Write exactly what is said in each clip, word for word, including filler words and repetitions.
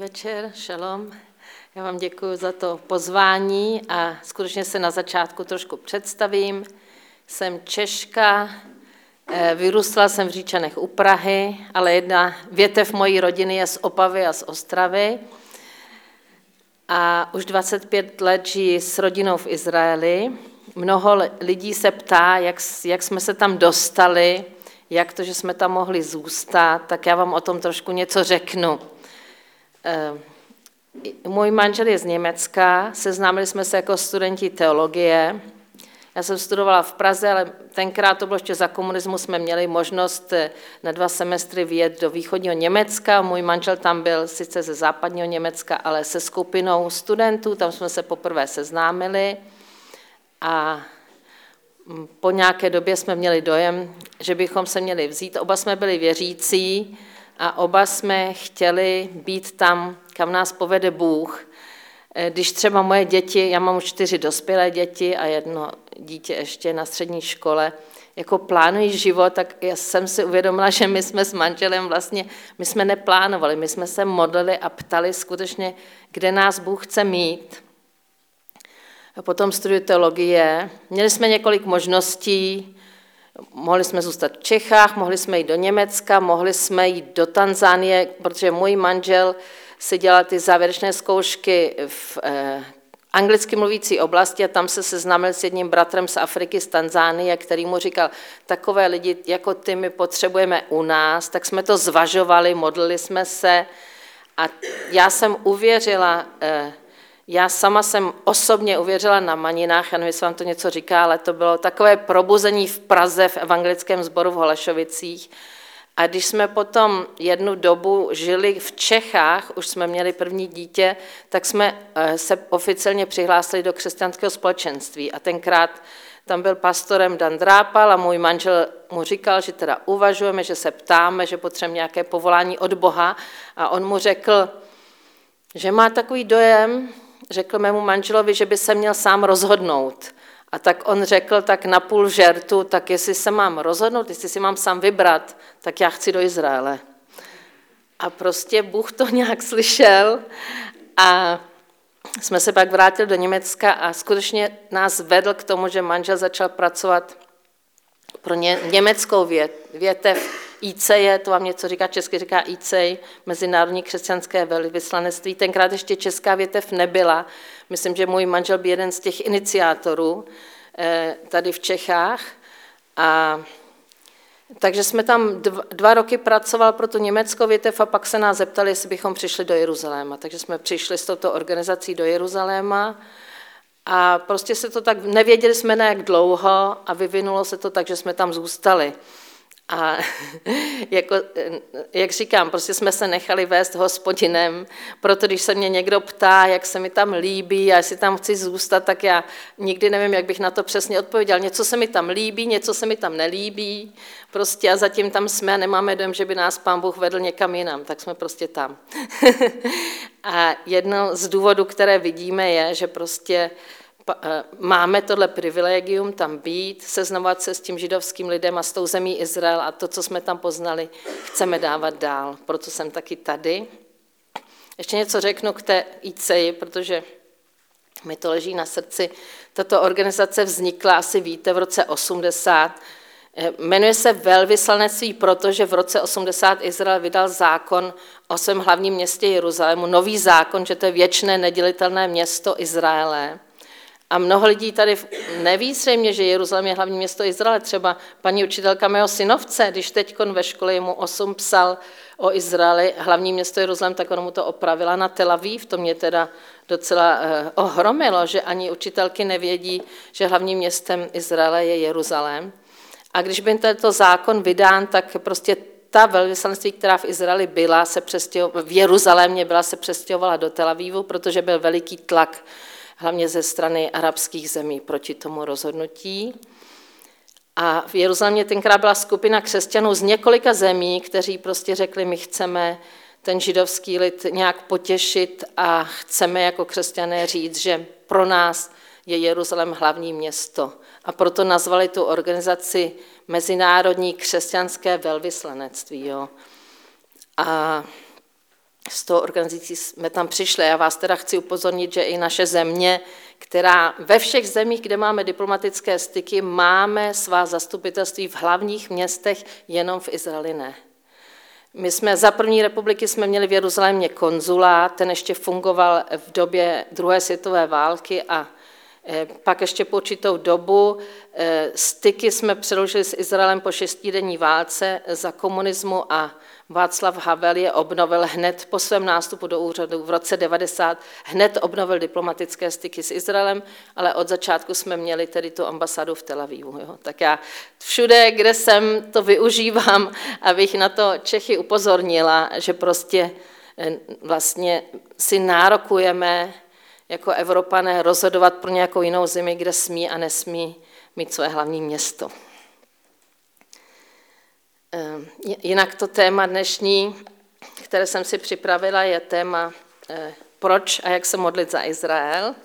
večer, šalom. Já vám děkuji za to pozvání a skutečně se na začátku trošku představím. Jsem Češka, vyrůstala jsem v Říčanech u Prahy, ale jedna větev mojí rodiny je z Opavy a z Ostravy. A už dvacet pět let žijí s rodinou v Izraeli. Mnoho lidí se ptá, jak, jak jsme se tam dostali, jak to, že jsme tam mohli zůstat, tak já vám o tom trošku něco řeknu. Můj manžel je z Německa, seznámili jsme se jako studenti teologie. Já jsem studovala v Praze, ale tenkrát to bylo ještě za komunismu, jsme měli možnost na dva semestry vyjet do východního Německa. Můj manžel tam byl sice ze západního Německa, ale se skupinou studentů, tam jsme se poprvé seznámili. A po nějaké době jsme měli dojem, že bychom se měli vzít. Oba jsme byli věřící a oba jsme chtěli být tam, kam nás povede Bůh. Když třeba moje děti, já mám už čtyři dospělé děti a jedno dítě ještě na střední škole, jako plánují život, tak já jsem si uvědomila, že my jsme s manželem vlastně, my jsme neplánovali, my jsme se modlili a ptali skutečně, kde nás Bůh chce mít. A potom studiu teologie. Měli jsme několik možností, mohli jsme zůstat v Čechách, mohli jsme jít do Německa, mohli jsme jít do Tanzánie, protože můj manžel si dělal ty závěrečné zkoušky v eh, anglicky mluvící oblasti a tam se seznámil s jedním bratrem z Afriky, z Tanzánie, který mu říkal, takové lidi jako ty my potřebujeme u nás, tak jsme to zvažovali, modlili jsme se a já jsem uvěřila, eh, já sama jsem osobně uvěřila na Maninách, já nevím, jestli vám to něco říká, ale to bylo takové probuzení v Praze v evangelickém sboru v Holešovicích. A když jsme potom jednu dobu žili v Čechách, už jsme měli první dítě, tak jsme se oficiálně přihlásili do křesťanského společenství. A tenkrát tam byl pastorem Dan Drápal a můj manžel mu říkal, že teda uvažujeme, že se ptáme, že potřebujeme nějaké povolání od Boha. A on mu řekl, že má takový dojem, řekl mému manželovi, že by se měl sám rozhodnout. A tak on řekl tak na půl žertu, tak jestli se mám rozhodnout, jestli si mám sám vybrat, tak já chci do Izraele. A prostě Bůh to nějak slyšel a jsme se pak vrátili do Německa a skutečně nás vedl k tomu, že manžel začal pracovat pro ně, německou vět, větev I C J, to vám něco říká, česky říká I C J, Mezinárodní křesťanské velvyslanectví. Tenkrát ještě česká větev nebyla. Myslím, že můj manžel byl jeden z těch iniciátorů eh, tady v Čechách. A, takže jsme tam dva, dva roky pracoval pro tu německou větev a pak se nás zeptali, jestli bychom přišli do Jeruzaléma. Takže jsme přišli s touto organizací do Jeruzaléma. A prostě se to tak, nevěděli jsme na jak dlouho a vyvinulo se to tak, že jsme tam zůstali. A jako, jak říkám, prostě jsme se nechali vést Hospodinem, proto když se mě někdo ptá, jak se mi tam líbí a jestli tam chci zůstat, tak já nikdy nevím, jak bych na to přesně odpověděl. Něco se mi tam líbí, něco se mi tam nelíbí, prostě a zatím tam jsme a nemáme dojem, že by nás Pán Bůh vedl někam jinam, tak jsme prostě tam. A jedno z důvodů, které vidíme, je, že prostě máme tohle privilegium tam být, seznamovat se s tím židovským lidem a s tou zemí Izrael a to, co jsme tam poznali, chceme dávat dál. Proto jsem taky tady. Ještě něco řeknu k té I C I, protože mi to leží na srdci. Tato organizace vznikla, asi víte, v roce osmdesát. Jmenuje se Velvyslanectví, protože v roce osmdesát Izrael vydal zákon o svém hlavním městě Jeruzalému, nový zákon, že to je věčné nedělitelné město Izraele. A mnoho lidí tady neví zřejmě, že Jeruzalém je hlavní město Izraele. Třeba paní učitelka mého synovce, když teď ve škole mu osm psal o Izraeli, hlavní město Jeruzalém, tak on mu to opravila na Tel Aviv. To mě teda docela eh, ohromilo, že ani učitelky nevědí, že hlavním městem Izraele je Jeruzalém. A když byl tento zákon vydán, tak prostě ta velvyslanectví, která v Izraeli byla, se v Jeruzalémě byla, se přestěhovala do Tel Avivu, protože byl veliký tlak hlavně ze strany arabských zemí proti tomu rozhodnutí. A v Jeruzalémě tenkrát byla skupina křesťanů z několika zemí, kteří prostě řekli, my chceme ten židovský lid nějak potěšit a chceme jako křesťané říct, že pro nás je Jeruzalém hlavní město. A proto nazvali tu organizaci Mezinárodní křesťanské velvyslanectví. Jo. A s tou organizací jsme tam přišli. Já vás teda chci upozornit, že i naše země, která ve všech zemích, kde máme diplomatické styky, máme svá zastupitelství v hlavních městech, jenom v Izraeli ne. My jsme za první republiky jsme měli v Jeruzalémě konzulát, ten ještě fungoval v době druhé světové války a pak ještě po určitou dobu styky jsme přeložili s Izraelem po šestidenní válce za komunismu a Václav Havel je obnovil hned po svém nástupu do úřadu v roce devadesát, hned obnovil diplomatické styky s Izraelem, ale od začátku jsme měli tedy tu ambasádu v Tel Avivu. Jo. Tak já všude, kde jsem, to využívám, abych na to Čechy upozornila, že prostě vlastně si nárokujeme jako Evropané rozhodovat pro nějakou jinou zemi, kde smí a nesmí mít své hlavní město. Jinak to téma dnešní, které jsem si připravila, je téma proč a jak se modlit za Izrael.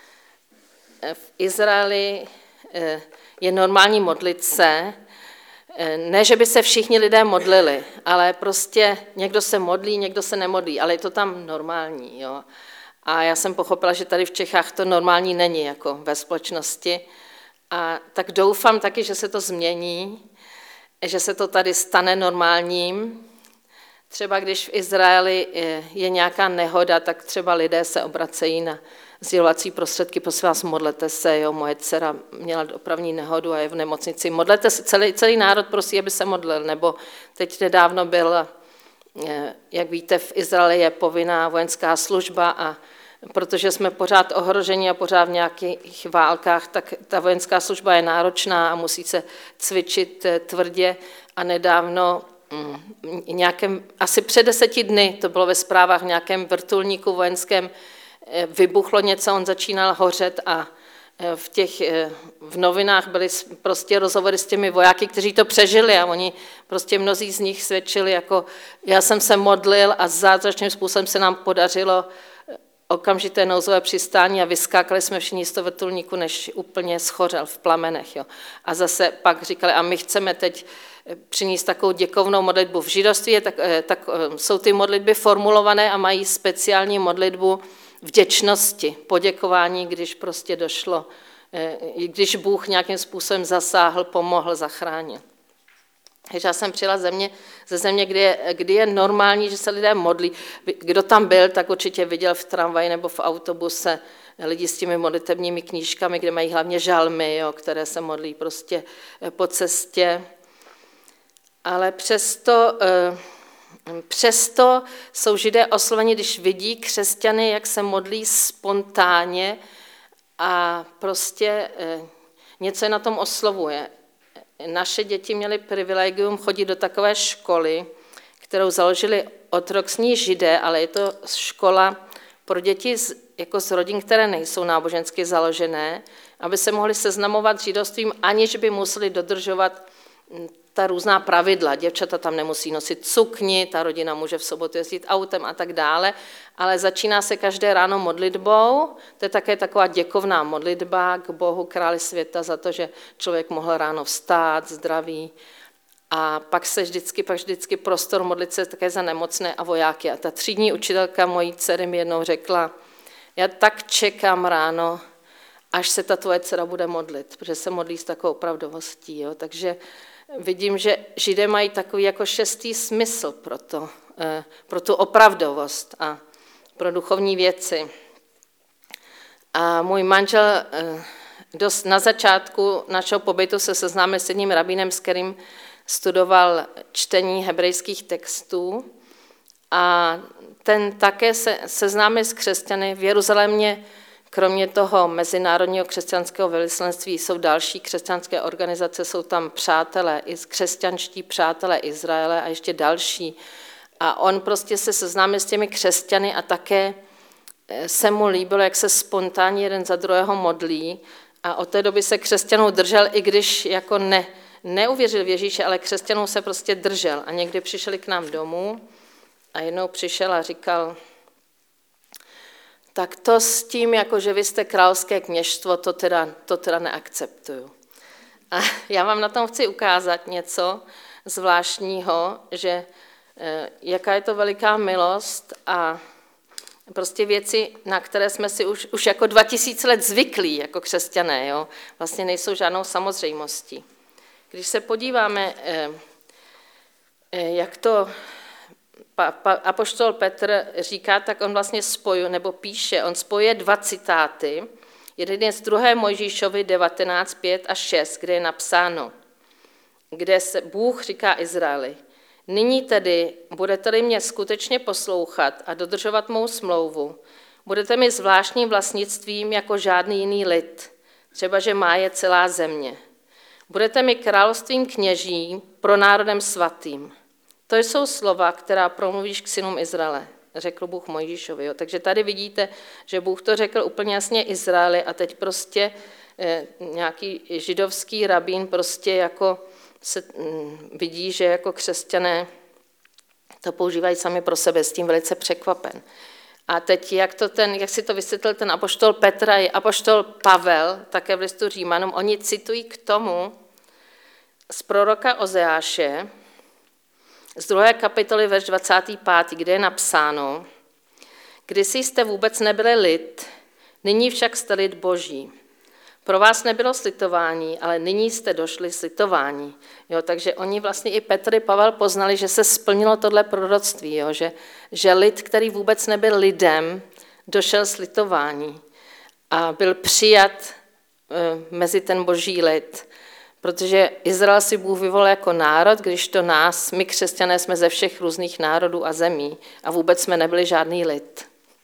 V Izraeli je normální modlit se, ne, že by se všichni lidé modlili, ale prostě někdo se modlí, někdo se nemodlí, ale je to tam normální. Jo. A já jsem pochopila, že tady v Čechách to normální není jako ve společnosti. A tak doufám taky, že se to změní, že se to tady stane normálním. Třeba když v Izraeli je nějaká nehoda, tak třeba lidé se obracejí na sdělovací prostředky, prosím vás, modlete se, jo, moje dcera měla dopravní nehodu a je v nemocnici, modlete se, celý, celý národ prosí, aby se modlil, nebo teď nedávno byl, jak víte, v Izraeli je povinná vojenská služba a protože jsme pořád ohroženi a pořád v nějakých válkách, tak ta vojenská služba je náročná a musí se cvičit tvrdě a nedávno nějakém, asi před deseti dny, to bylo ve zprávách, v nějakém vrtulníku vojenském vybuchlo něco, on začínal hořet a v těch v novinách byly prostě rozhovory s těmi vojáky, kteří to přežili a oni prostě mnozí z nich svědčili, jako já jsem se modlil a zázračným způsobem se nám podařilo okamžité nouzové přistání a vyskákali jsme všichni z toho vrtulníku, než úplně schořel v plamenech. Jo. A zase pak říkali, a my chceme teď přinést takovou děkovnou modlitbu. V židovství je tak, tak, jsou ty modlitby formulované a mají speciální modlitbu vděčnosti, poděkování, když prostě došlo, když Bůh nějakým způsobem zasáhl, pomohl, zachránil. Takže já jsem přijela země, ze země, kdy je, kdy je normální, že se lidé modlí. Kdo tam byl, tak určitě viděl v tramvaji nebo v autobuse lidi s těmi modlitebními knížkami, kde mají hlavně žalmy, jo, které se modlí prostě po cestě. Ale přesto, přesto jsou Židé osloveni, když vidí křesťany, jak se modlí spontánně a prostě něco je na tom oslovuje. Naše děti měly privilegium chodit do takové školy, kterou založili ortodoxní Židé, ale je to škola pro děti z, jako z rodin, které nejsou nábožensky založené, aby se mohli seznamovat s židovstvím, aniž by museli dodržovat ta různá pravidla. Děvčata tam nemusí nosit sukni, ta rodina může v sobotu jezdit autem a tak dále, ale začíná se každé ráno modlitbou. To je také taková děkovná modlitba k Bohu, králi světa, za to, že člověk mohl ráno vstát, zdravý. A pak se vždycky, pak vždycky prostor modlit se také za nemocné a vojáky. A ta třídní učitelka mojí dcery mi jednou řekla, já tak čekám ráno, až se ta tvoje dcera bude modlit, protože se modlí s takovou opravdovostí. Jo? Takže vidím, že Židé mají takový jako šestý smysl pro, to, pro tu opravdovost a pro duchovní věci. A můj manžel dost na začátku našeho pobytu se seznámil s jedním rabínem, s kterým studoval čtení hebrejských textů a ten také se seznámil s křesťany. V Jeruzalémě kromě toho mezinárodního křesťanského velvyslanectví jsou další křesťanské organizace, jsou tam přátelé, křesťanští přátelé Izraele a ještě další. A on prostě se seznámil s těmi křesťany a také se mu líbilo, jak se spontánně jeden za druhého modlí. A od té doby se křesťanů držel, i když jako ne, neuvěřil v Ježíše, ale křesťanů se prostě držel. A někdy přišli k nám domů a jednou přišel a říkal, tak to s tím, jako že vy jste královské kněžstvo, to teda, to teda neakceptuju. A já vám na tom chci ukázat něco zvláštního, že jaká je to veliká milost a prostě věci, na které jsme si už, už jako dva tisíce let zvyklí jako křesťané, jo? Vlastně nejsou žádnou samozřejmostí. Když se podíváme, jak to pa, pa, apoštol Petr říká, tak on vlastně spojuje, nebo píše, on spojuje dva citáty. Jeden je z druhé Mojžíšovi devatenáct, pět a šest, kde je napsáno, kde se Bůh říká Izraeli, nyní tedy budete-li mě skutečně poslouchat a dodržovat mou smlouvu, budete mi zvláštním vlastnictvím jako žádný jiný lid, třeba že má je celá země. Budete mi královstvím kněží pro národem svatým. To jsou slova, která promluvíš k synům Izraele, řekl Bůh Mojžíšovi. Jo. Takže tady vidíte, že Bůh to řekl úplně jasně Izraeli a teď prostě eh, nějaký židovský rabín prostě jako se hm, vidí, že jako křesťané to používají sami pro sebe, s tím velice překvapen. A teď, jak, to ten, jak si to vysvětlil ten apoštol Petr a apoštol Pavel, také v listu Římanům, oni citují k tomu z proroka Ozeáše, z druhé kapitoly, verš dvacátý pátý, kde je napsáno, kdysi jste vůbec nebyli lid, nyní však jste lid Boží. Pro vás nebylo slitování, ale nyní jste došli slitování. Jo, takže oni vlastně i Petr i Pavel poznali, že se splnilo tohle proroctví, jo, že, že lid, který vůbec nebyl lidem, došel slitování a byl přijat e, mezi ten boží lid. Protože Izrael si Bůh vyvolil jako národ, když to nás, my křesťané, jsme ze všech různých národů a zemí a vůbec jsme nebyli žádný lid.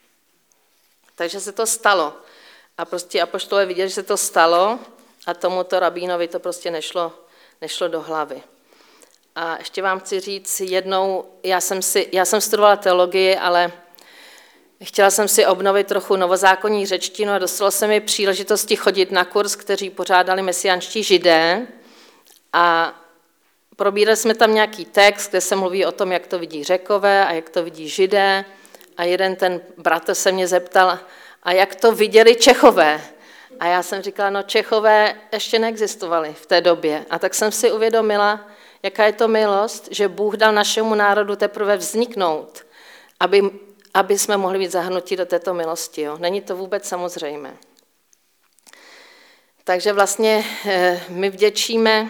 Takže se to stalo. A prostě apoštolé viděli, že se to stalo a tomuto rabínovi to prostě nešlo, nešlo do hlavy. A ještě vám chci říct jednou, já jsem, si, já jsem studovala teologii, ale chtěla jsem si obnovit trochu novozákonní řečtinu a dostalo se mi příležitosti chodit na kurz, kteří pořádali mesiánští židé a probírali jsme tam nějaký text, kde se mluví o tom, jak to vidí Řekové a jak to vidí židé a jeden ten bratr se mě zeptal, a jak to viděli Čechové. A já jsem říkala, no Čechové ještě neexistovali v té době. A tak jsem si uvědomila, jaká je to milost, že Bůh dal našemu národu teprve vzniknout, aby, aby jsme mohli být zahrnutí do této milosti. Jo. Není to vůbec samozřejmé. Takže vlastně my vděčíme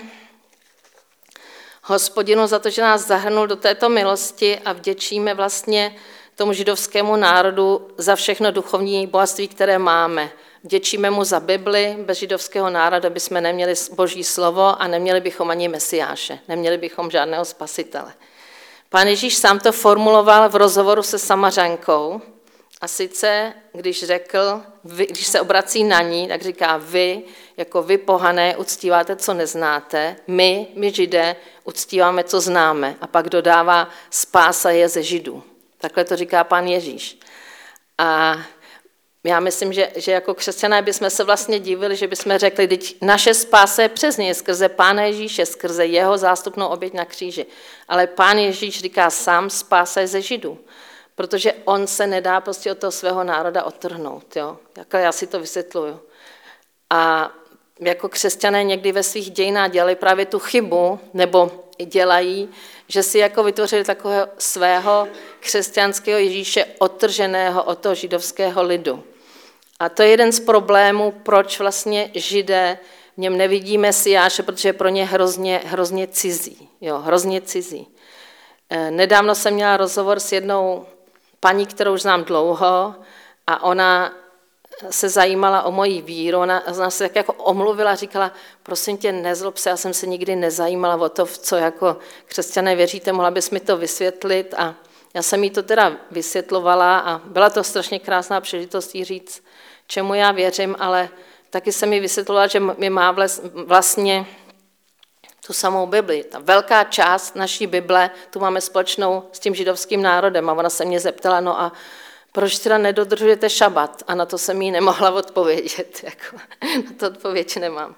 Hospodinu za to, že nás zahrnul do této milosti a vděčíme vlastně tomu židovskému národu za všechno duchovní bohatství, které máme. Vděčíme mu za Bibli, bez židovského národa bychom neměli Boží slovo a neměli bychom ani Mesiáše, neměli bychom žádného spasitele. Pán Ježíš sám to formuloval v rozhovoru se Samařankou a sice, když řekl, vy, když se obrací na ní, tak říká, vy, jako vy pohané, uctíváte, co neznáte, my, my Židé, uctíváme, co známe. A pak dodává, spása je ze Židů. Takhle to říká Pán Ježíš. A já myslím, že, že jako křesťané bychom se vlastně divili, že bychom řekli, teď naše spása je přes něj, skrze Pána Ježíše, skrze jeho zástupnou oběť na kříži. Ale Pán Ježíš říká sám, spása je ze Židů, protože on se nedá prostě od toho svého národa odtrhnout. Jo? Jako já si to vysvětluju. A jako křesťané někdy ve svých dějinách dělali právě tu chybu, nebo dělají, že si jako vytvořili takového svého křesťanského Ježíše odtrženého od toho židovského lidu. A to je jeden z problémů, proč vlastně Židé v něm nevidí Mesiáše, protože je pro ně hrozně, hrozně cizí. Jo, hrozně cizí. Nedávno jsem měla rozhovor s jednou paní, kterou už znám dlouho a ona se zajímala o moji víru, ona, ona se tak jako omluvila, říkala, prosím tě, nezlob se, já jsem se nikdy nezajímala o to, v co jako křesťané věříte, mohla bys mi to vysvětlit a já jsem jí to teda vysvětlovala a byla to strašně krásná příležitost jí říct, čemu já věřím, ale taky jsem jí vysvětlovala, že mi má vlastně tu samou Bibli. Ta velká část naší Bible, tu máme společnou s tím židovským národem a ona se mě zeptala, no a proč teda nedodržujete šabat? A na to jsem jí nemohla odpovědět. Jako, na to odpověď nemám.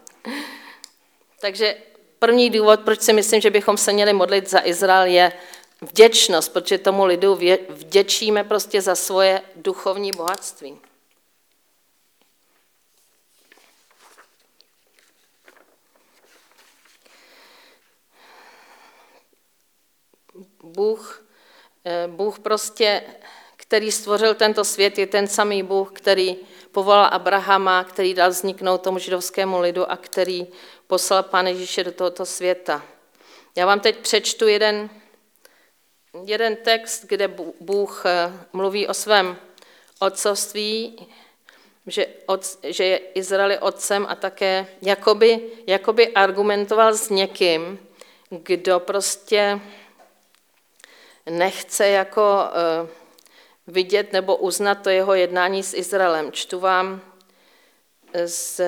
Takže první důvod, proč si myslím, že bychom se měli modlit za Izrael, je vděčnost, protože tomu lidu vděčíme prostě za svoje duchovní bohatství. Bůh Bůh prostě, který stvořil tento svět, je ten samý Bůh, který povolal Abrahama, který dal vzniknout tomu židovskému lidu a který poslal Pána Ježíše do tohoto světa. Já vám teď přečtu jeden, jeden text, kde Bůh mluví o svém otcovství, že, od, že je Izrael otcem a také jakoby, jakoby argumentoval s někým, kdo prostě nechce jako uh, vidět nebo uznat to jeho jednání s Izraelem. Čtu vám z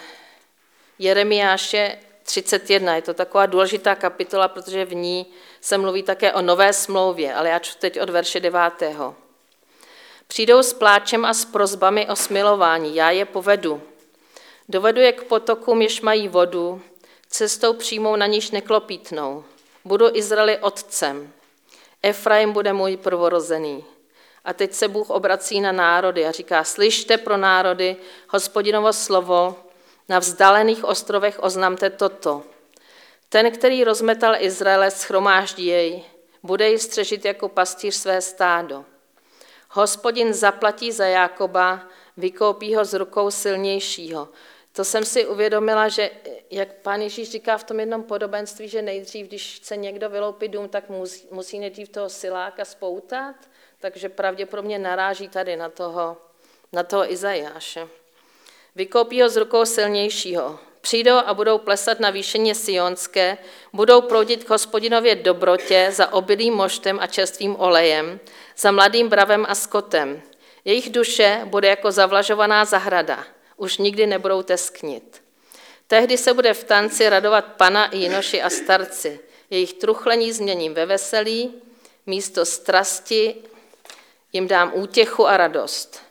Jeremiáše třicet jedna. Je to taková důležitá kapitola, protože v ní se mluví také o nové smlouvě, ale já čtu teď od verše devátého. Přijdou s pláčem a s prosbami o smilování, já je povedu. Dovedu je k potokům, jež mají vodu, cestou přímou, na níž neklopítnou. Budu Izraeli otcem, Efraim bude můj prvorozený. A teď se Bůh obrací na národy a říká, slyšte pro národy Hospodinovo slovo, na vzdálených ostrovech oznamte toto. Ten, který rozmetal Izraele, shromáždí jej, bude ji střežit jako pastýř své stádo. Hospodin zaplatí za Jákoba, vykoupí ho z rukou silnějšího. To jsem si uvědomila, že jak Pán Ježíš říká v tom jednom podobenství, že nejdřív, když chce někdo vyloupit dům, tak musí, musí nejdřív toho siláka spoutat, takže pravděpodobně naráží tady na toho, na toho Izajáše. Vykoupí ho z rukou silnějšího. Přijdou a budou plesat na výšeně Sionské, budou proudit k Hospodinově dobrotě za obilým moštem a čerstvým olejem, za mladým bravem a skotem. Jejich duše bude jako zavlažovaná zahrada, už nikdy nebudou tesknit. Tehdy se bude v tanci radovat pana i jinoši a starci. Jejich truchlení změním ve veselí, místo strasti jim dám útěchu a radost.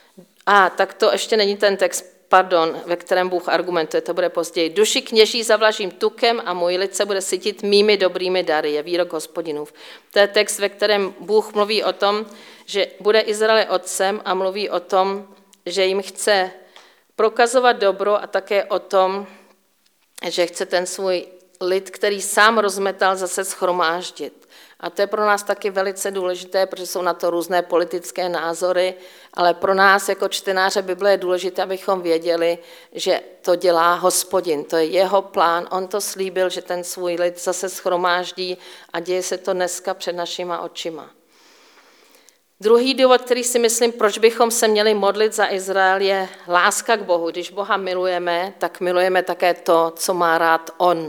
A tak to ještě není ten text, pardon, ve kterém Bůh argumentuje, to bude později. Duši kněží zavlažím tukem a můj lid se bude sytit mými dobrými dary, je výrok Hospodinův. To je text, ve kterém Bůh mluví o tom, že bude Izrael otcem a mluví o tom, že jim chce prokazovat dobro a také o tom, že chce ten svůj lid, který sám rozmetal, zase shromáždit. A to je pro nás taky velice důležité, protože jsou na to různé politické názory, ale pro nás jako čtenáře Bible je důležité, abychom věděli, že to dělá Hospodin, to je jeho plán, on to slíbil, že ten svůj lid zase shromáždí a děje se to dneska před našima očima. Druhý důvod, který si myslím, proč bychom se měli modlit za Izrael, je láska k Bohu. Když Boha milujeme, tak milujeme také to, co má rád on.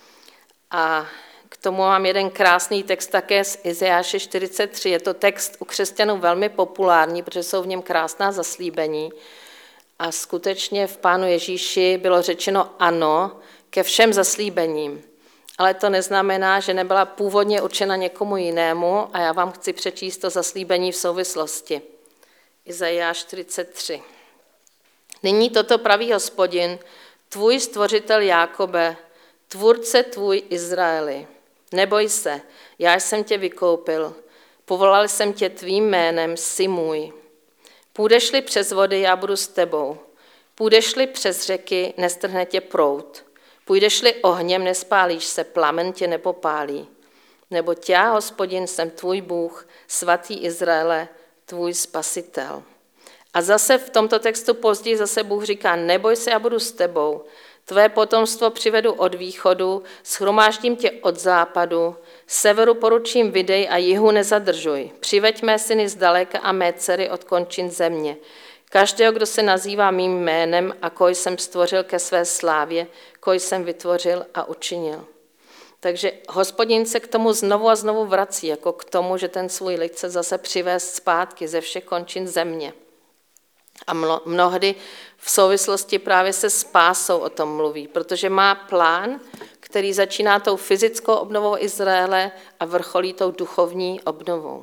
A k tomu mám jeden krásný text také z Izajáše čtyřicet tři. Je to text u křesťanů velmi populární, protože jsou v něm krásná zaslíbení. A skutečně v Pánu Ježíši bylo řečeno ano ke všem zaslíbením. Ale to neznamená, že nebyla původně určena někomu jinému a já vám chci přečíst to zaslíbení v souvislosti. Izajáš čtyřicet tři. Nyní toto praví Hospodin, tvůj stvořitel Jákobe, tvůrce tvůj Izraeli. Neboj se, já jsem tě vykoupil, povolal jsem tě tvým jménem, jsi můj. Půjdeš-li přes vody, já budu s tebou. Půjdeš-li přes řeky, nestrhne tě proud. Půjdeš-li ohněm, nespálíš se, plamen tě nepopálí. Neboť já, Hospodin, jsem tvůj Bůh, svatý Izraele, tvůj spasitel. A zase v tomto textu později zase Bůh říká, neboj se, já budu s tebou. Tvé potomstvo přivedu od východu, shromáždím tě od západu, severu poručím vydej a jihu nezadržuj. Přiveď mé syny zdaleka a mé dcery od končin země. Každého, kdo se nazývá mým jménem a koj jsem stvořil ke své slávě, koj jsem vytvořil a učinil. Takže Hospodin se k tomu znovu a znovu vrací, jako k tomu, že ten svůj lid se zase přivést zpátky ze všech končin země. A mnohdy v souvislosti právě se spásou o tom mluví, protože má plán, který začíná tou fyzickou obnovou Izraele a vrcholí tou duchovní obnovou.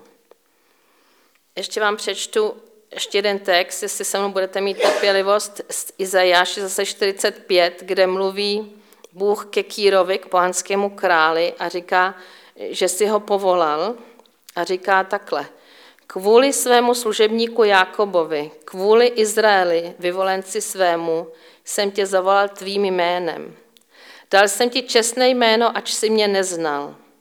Ještě vám přečtu ještě jeden text, jestli se mnou budete mít trpělivost, z Izajáše zase čtyřicet pět, kde mluví Bůh ke Kýrovi, k pohanskému králi a říká, že si ho povolal a říká takhle. Kvůli svému služebníku Jákobovi, kvůli Izraeli, vyvolenci svému, jsem tě zavolal tvým jménem. Dal jsem ti čestné jméno, ač si mě neznal.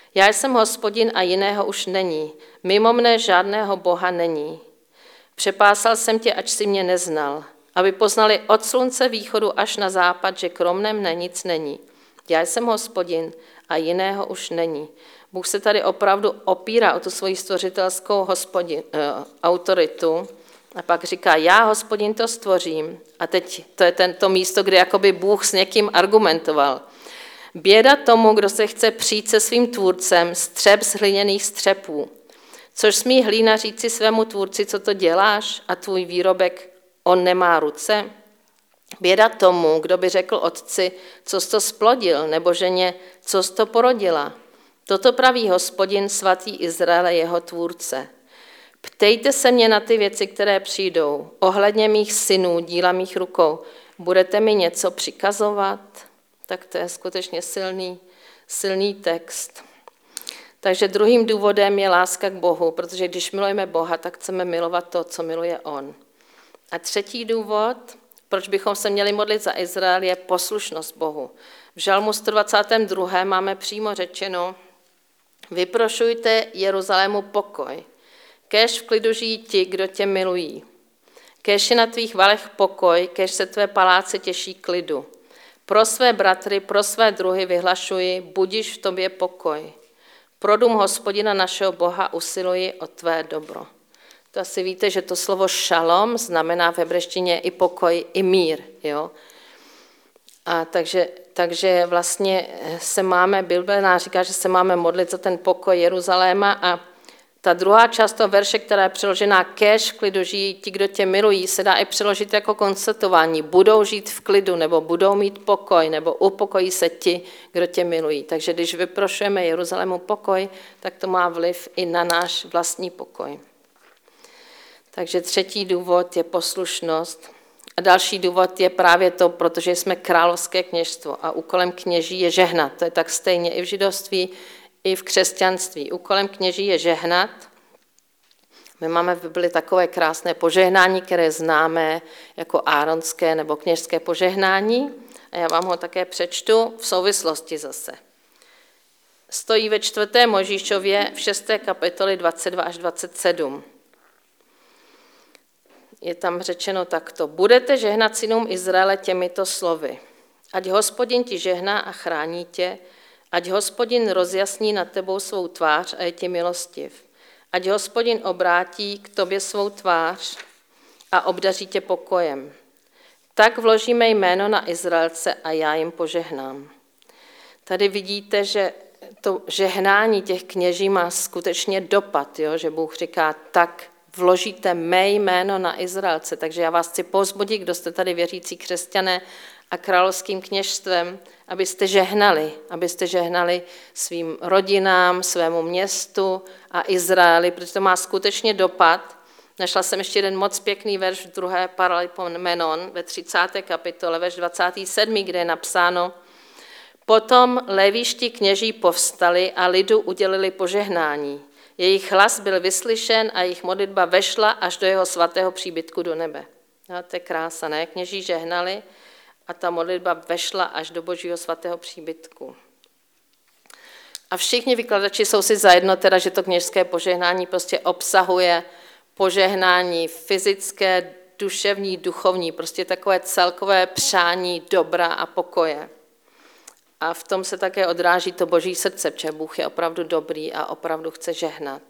Já jsem Hospodin a jiného už není. Mimo mne žádného Boha není. Přepásal jsem tě, ač si mě neznal, aby poznali od slunce východu až na západ, že kromě mne nic není. Já jsem Hospodin a jiného už není. Bůh se tady opravdu opírá o tu svoji stvořitelskou hospodin, uh, autoritu a pak říká, já Hospodin to stvořím. A teď to je tento místo, kde jakoby Bůh s někým argumentoval. Běda tomu, kdo se chce přijít se svým tvůrcem, střep z hliněných střepů. Což smí hlína říci svému tvůrci, co to děláš a tvůj výrobek, on nemá ruce? Běda tomu, kdo by řekl otci, co jsi to splodil, nebo ženě, co jsi to porodila. Toto praví Hospodin, svatý Izraele, jeho tvůrce. Ptejte se mě na ty věci, které přijdou, ohledně mých synů, díla mých rukou. Budete mi něco přikazovat? Tak to je skutečně silný, silný text. Takže druhým důvodem je láska k Bohu, protože když milujeme Boha, tak chceme milovat to, co miluje On. A třetí důvod, proč bychom se měli modlit za Izrael, je poslušnost Bohu. V Žalmu sto dvacátém druhém máme přímo řečeno, vyprošujte Jeruzalému pokoj, kéž v klidu žijí ti, kdo tě milují. Kéž je na tvých valech pokoj, kéž se tvé paláce těší klidu. Pro své bratry, pro své druhy vyhlašuji, budiš v tobě pokoj. Pro dům Hospodina našeho Boha usiluji o tvé dobro. To asi víte, že to slovo šalom znamená v hebrejštině i pokoj, i mír. Jo? A takže, takže vlastně se máme, Bible nás říká, že se máme modlit za ten pokoj Jeruzaléma a ta druhá část toho verše, která je přeložená kéž v klidu žijí ti, kdo tě milují, se dá i přeložit jako konstatování. Budou žít v klidu, nebo budou mít pokoj, nebo upokojí se ti, kdo tě milují. Takže když vyprošujeme Jeruzalému pokoj, tak to má vliv i na náš vlastní pokoj. Takže třetí důvod je poslušnost. A další důvod je právě to, protože jsme královské kněžstvo a úkolem kněží je žehnat. To je tak stejně i v židovství, i v křesťanství. Úkolem kněží je žehnat. My máme v Bibli takové krásné požehnání, které známe jako áronské nebo kněžské požehnání. A já vám ho také přečtu v souvislosti zase. Stojí ve čtvrté Mojžíšově v šesté kapitoli dvacet dva až dvacet sedm. Je tam řečeno takto. Budete žehnat synům Izraele těmito slovy. Ať Hospodin ti žehná a chrání tě, ať Hospodin rozjasní nad tebou svou tvář a je ti milostiv. Ať Hospodin obrátí k tobě svou tvář a obdaří tě pokojem. Tak vložíme jméno na Izraelce a já jim požehnám. Tady vidíte, že to žehnání těch kněží má skutečně dopad, jo? Že Bůh říká, tak vložíte mé jméno na Izraelce. Takže já vás chci povzbudit, kdo jste tady věřící křesťané a královským kněžstvem, abyste žehnali, abyste žehnali svým rodinám, svému městu a Izraeli, protože to má skutečně dopad. Našla jsem ještě jeden moc pěkný verš v druhé Paralipomenon ve třicáté kapitole, verš dvacátý sedmý, kde je napsáno, potom lévíští kněží povstali a lidu udělili požehnání. Jejich hlas byl vyslyšen a jejich modlitba vešla až do jeho svatého příbytku do nebe. No, to je krása, ne? Kněží žehnali a ta modlitba vešla až do Božího svatého příbytku. A všichni vykladači jsou si zajedno, teda, že to kněžské požehnání prostě obsahuje požehnání fyzické, duševní, duchovní, prostě takové celkové přání dobra a pokoje. A v tom se také odráží to Boží srdce, protože Bůh je opravdu dobrý a opravdu chce žehnat.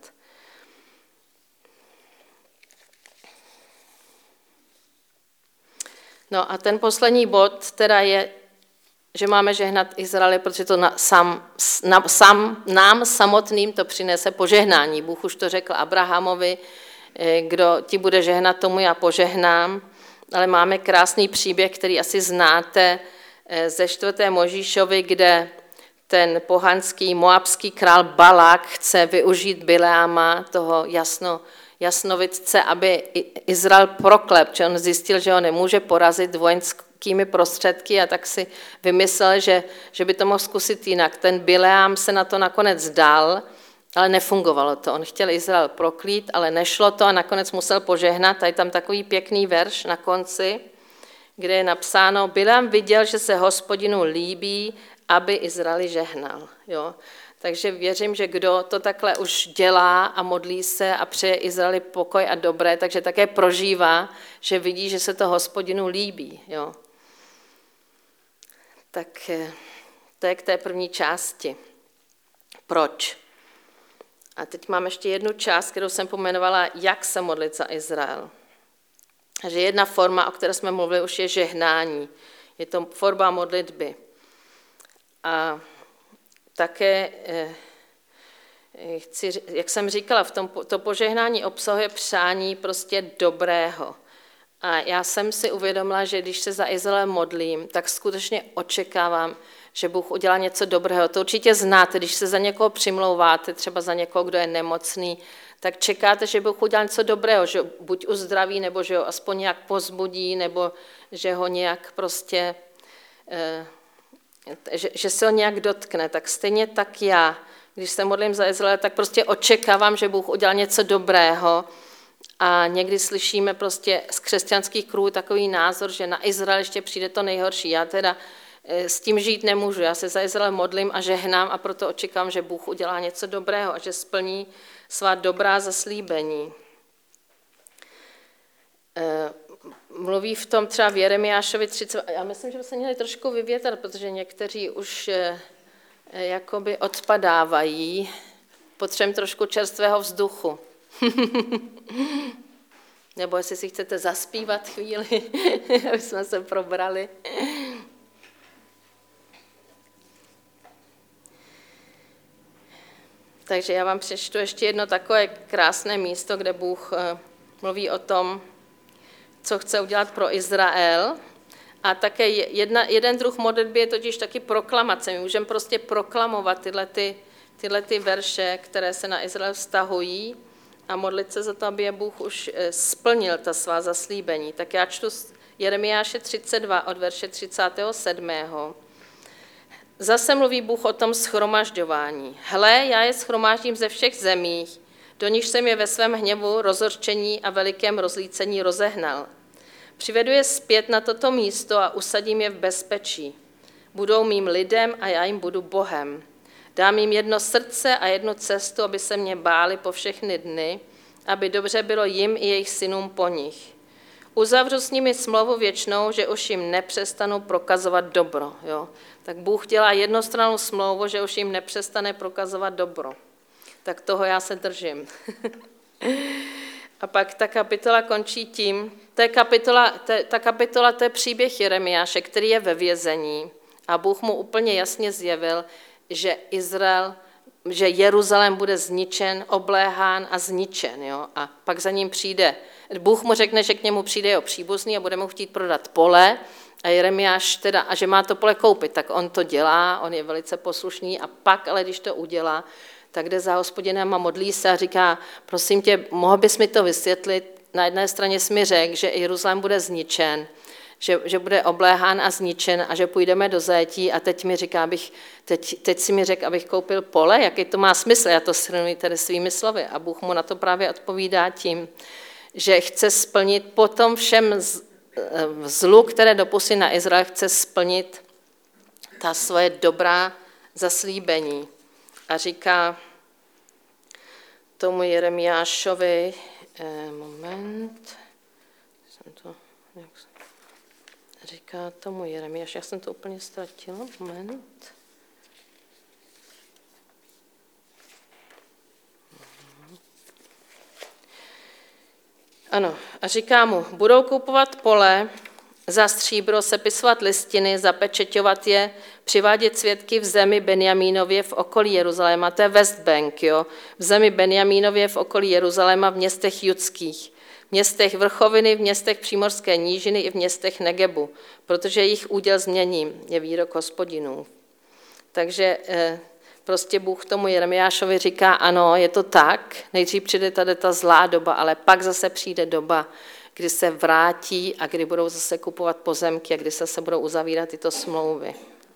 No a ten poslední bod teda je, že máme žehnat Izraeli, protože to na, sam, na, sam, nám samotným to přinese požehnání. Bůh už to řekl Abrahamovi, kdo ti bude žehnat, tomu já požehnám. Ale máme krásný příběh, který asi znáte, ze čtvrté Mojžíšovi, kde ten pohanský moabský král Balák chce využít Bileáma, toho jasno, jasnovidce, aby Izrael proklep, že on zjistil, že ho nemůže porazit vojenskými prostředky a tak si vymyslel, že, že by to mohl zkusit jinak. Ten Bileám se na to nakonec dal, ale nefungovalo to. On chtěl Izrael proklít, ale nešlo to a nakonec musel požehnat. A je tam takový pěkný verš na konci, kde je napsáno, Bileám viděl, že se Hospodinu líbí, aby Izraeli žehnal. Jo? Takže věřím, že kdo to takhle už dělá a modlí se a přeje Izraeli pokoj a dobré, takže také prožívá, že vidí, že se to Hospodinu líbí. Jo. Tak to je k té první části. Proč? A teď mám ještě jednu část, kterou jsem pomenovala, jak se modlit za Izrael. Že jedna forma, o které jsme mluvili, už je žehnání. Je to forma modlitby. A také, chci, jak jsem říkala, v tom, to požehnání obsahuje přání prostě dobrého. A já jsem si uvědomila, že když se za Izrael modlím, tak skutečně očekávám, že Bůh udělá něco dobrého. To určitě znáte, když se za někoho přimlouváte, třeba za někoho, kdo je nemocný, tak čekáte, že Bůh udělá něco dobrého, že buď uzdraví, nebo že ho aspoň nějak pozbudí, nebo že ho nějak prostě, že, že se ho nějak dotkne. Tak stejně tak já, když se modlím za Izrael, tak prostě očekávám, že Bůh udělá něco dobrého. A někdy slyšíme prostě z křesťanských kruhů takový názor, že na Izrael ještě přijde to nejhorší. Já teda s tím žít nemůžu. Já se za Izrael modlím a žehnám a proto očekávám, že Bůh udělá něco dobrého a že splní svá dobrá zaslíbení. Mluví v tom třeba v Jeremiášovi třicet. Já myslím, že by se měli trošku vyvětat, protože někteří už jakoby odpadávají. Potřebujeme trošku čerstvého vzduchu. Nebo jestli si chcete zaspívat chvíli, aby jsme se probrali. Takže já vám přečtu ještě jedno takové krásné místo, kde Bůh mluví o tom, co chce udělat pro Izrael. A také jedna, jeden druh modlitby je totiž taky proklamace. My můžeme prostě proklamovat tyhle, ty, tyhle ty verše, které se na Izrael vztahují a modlit se za to, aby je Bůh už splnil ta svá zaslíbení. Tak já čtu Jeremiáše třicet dva od verše třicátého sedmého Zase mluví Bůh o tom shromažďování. Hle, já je shromáždím ze všech zemí, do nichž jsem je ve svém hněvu, rozhořčení a velikém rozlícení rozehnal. Přivedu je zpět na toto místo a usadím je v bezpečí. Budou mým lidem a já jim budu Bohem. Dám jim jedno srdce a jednu cestu, aby se mě báli po všechny dny, aby dobře bylo jim i jejich synům po nich. Uzavřu s nimi smlouvu věčnou, že už jim nepřestanu prokazovat dobro. Jo? Tak Bůh dělá jednostrannou smlouvu, že už jim nepřestane prokazovat dobro. Tak toho já se držím. A pak ta kapitola končí tím, to je kapitola, to, ta kapitola to je příběh Jeremiáše, který je ve vězení a Bůh mu úplně jasně zjevil, že Izrael, že Jeruzalém bude zničen, obléhán a zničen. Jo? A pak za ním přijde, Bůh mu řekne, že k němu přijde jeho příbuzný a bude mu chtít prodat pole a Jeremiáš teda, a že má to pole koupit, tak on to dělá, on je velice poslušný a pak, ale když to udělá, tak jde za Hospodinem a modlí se a říká, prosím tě, mohl bys mi to vysvětlit? Na jedné straně jsi mi řekl, že Jeruzalém bude zničen, že, že bude obléhán a zničen a že půjdeme do zajetí a teď mi říká, abych, teď, teď si mi řekl, abych koupil pole, jaký to má smysl, já to shrnuji tedy svými slovy a Bůh mu na to právě odpovídá tím, že chce splnit po tom všem zlu, které dopustí na Izrael, chce splnit ta svoje dobrá zaslíbení. A říká tomu Jeremiášovi, eh, moment, jsem to, jak, říká tomu Jeremiáš, já jsem to úplně ztratila, moment. Ano, a říká mu, budou kupovat pole za stříbro, sepisovat listiny, zapečeťovat je, přivádět svědky v zemi Benjamínově v okolí Jeruzaléma, to je West Bank, jo, v zemi Benjamínově v okolí Jeruzaléma, v městech judských, v městech vrchoviny, v městech přímorské nížiny i v městech Negebu, protože jejich úděl změním, je výrok Hospodinův. Takže eh, prostě Bůh tomu Jeremiášovi říká, ano, je to tak, nejdřív přijde tady ta zlá doba, ale pak zase přijde doba, kdy se vrátí a kdy budou zase kupovat pozemky a kdy se, se budou uzavírat tyto smlouvy.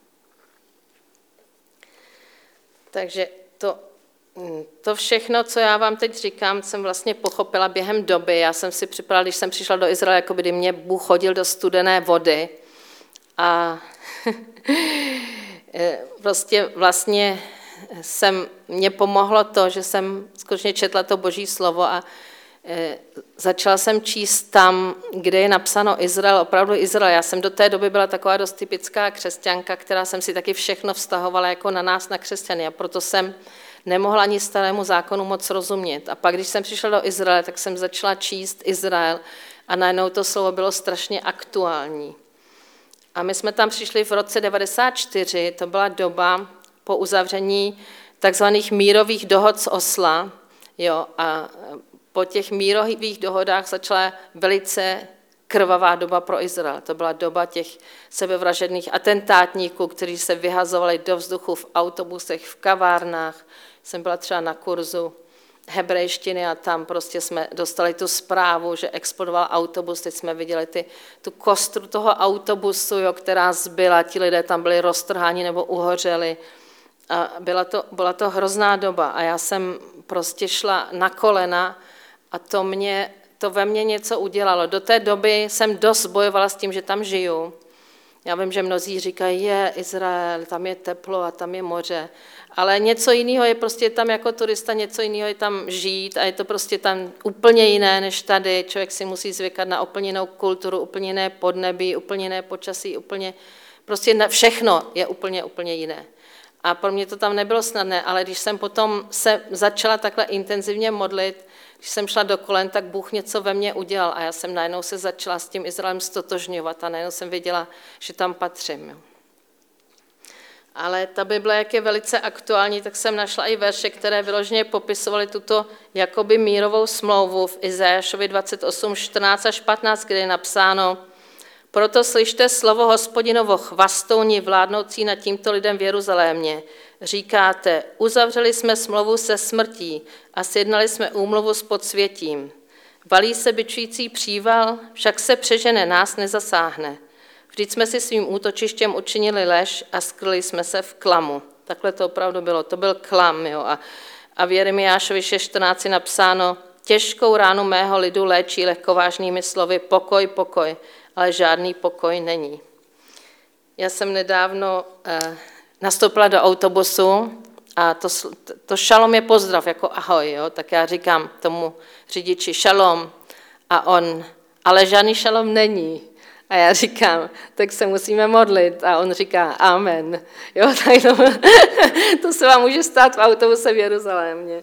Takže to, to všechno, co já vám teď říkám, jsem vlastně pochopila během doby. Já jsem si připadala, když jsem přišla do Izraele, jako kdy mě Bůh chodil do studené vody a prostě vlastně jsem, mě pomohlo to, že jsem skutečně četla to Boží slovo a začala jsem číst tam, kde je napsáno Izrael, opravdu Izrael. Já jsem do té doby byla taková dost typická křesťanka, která jsem si taky všechno vztahovala jako na nás, na křesťany, a proto jsem nemohla ani starému zákonu moc rozumět. A pak, když jsem přišla do Izraele, tak jsem začala číst Izrael a najednou to slovo bylo strašně aktuální. A my jsme tam přišli v roce devadesát čtyři, to byla doba po uzavření takzvaných mírových dohod z Osla, jo, a po těch mírových dohodách začala velice krvavá doba pro Izrael. To byla doba těch sebevražedných atentátníků, kteří se vyhazovali do vzduchu v autobusech, v kavárnách. Jsem byla třeba na kurzu hebrejštiny a tam prostě jsme dostali tu zprávu, že explodoval autobus. Teď jsme viděli ty, tu kostru toho autobusu, jo, která zbyla. Ti lidé tam byli roztrháni nebo uhořeli. A byla to, byla to hrozná doba a já jsem prostě šla na kolena a to, mě, to ve mně něco udělalo. Do té doby jsem dost bojovala s tím, že tam žiju. Já vím, že mnozí říkají, je Izrael, tam je teplo a tam je moře, ale něco jiného je prostě tam jako turista, něco jiného je tam žít a je to prostě tam úplně jiné než tady. Člověk si musí zvykat na úplně jinou kulturu, úplně jiné podnebí, úplně jiné počasí, úplně, prostě všechno je úplně, úplně jiné. A pro mě to tam nebylo snadné, ale když jsem potom se začala takhle intenzivně modlit, když jsem šla do kolen, tak Bůh něco ve mně udělal a já jsem najednou se začala s tím Izraelem stotožňovat a najednou jsem věděla, že tam patřím. Jo. Ale ta Bible, jak je velice aktuální, tak jsem našla i verše, které vyloženě popisovaly tuto jakoby mírovou smlouvu v Izajášovi dvacet osm, čtrnáct až patnáct, kde je napsáno: Proto slyšte slovo Hospodinovo chvastouni vládnoucí nad tímto lidem v Jeruzalémě. Říkáte, uzavřeli jsme smlouvu se smrtí a sjednali jsme úmluvu s podsvětím. Valí se bičující příval, však se přežene, nás nezasáhne. Vždyť jsme si svým útočištěm učinili lež a skryli jsme se v klamu. Takhle to opravdu bylo, to byl klam. Jo. A, a v Jeremiášovi šest čtrnáct je napsáno, těžkou ránu mého lidu léčí lehkovážnými slovy pokoj, pokoj, ale žádný pokoj není. Já jsem nedávno eh, nastoupila do autobusu a to, to šalom je pozdrav, jako ahoj, jo? Tak já říkám tomu řidiči šalom a on, ale žádný šalom není. A já říkám, tak se musíme modlit a on říká amen. Jo, tak to, to se vám může stát v autobuse v Jeruzalémě.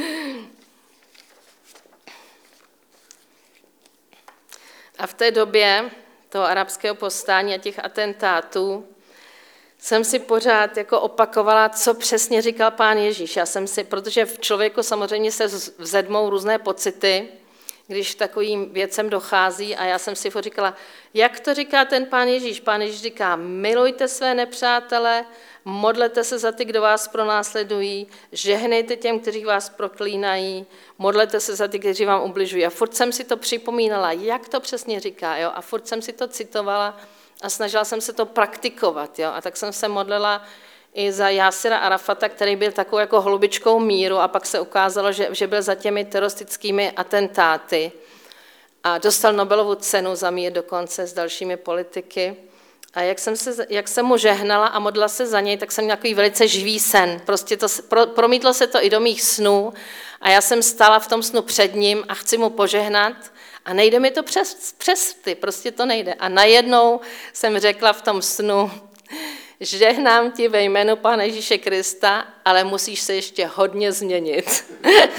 A v té době toho arabského povstání a těch atentátů jsem si pořád jako opakovala, co přesně říkal Pán Ježíš. Já jsem si, protože v člověku samozřejmě se vzedmou různé pocity, když takovým věcem dochází a já jsem si říkala, jak to říká ten Pán Ježíš? Pán Ježíš říká, milujte své nepřátele, modlete se za ty, kdo vás pronásledují, žehnejte těm, kteří vás proklínají, modlete se za ty, kteří vám ubližují. A furt jsem si to připomínala, jak to přesně říká, jo? A furt jsem si to citovala a snažila jsem se to praktikovat. Jo? A tak jsem se modlila i za Jásira Arafata, který byl takovou jako holubičkou míru a pak se ukázalo, že, že byl za těmi teroristickými atentáty a dostal Nobelovu cenu za mír dokonce s dalšími politiky. A jak jsem, se, jak jsem mu žehnala a modlila se za něj, tak jsem měla takový velice živý sen. Prostě to, pro, promítlo se to i do mých snů a já jsem stála v tom snu před ním a chci mu požehnat a nejde mi to přes, přes ty, prostě to nejde. A najednou jsem řekla v tom snu, žehnám ti ve jménu Pána Ježíše Krista, ale musíš se ještě hodně změnit.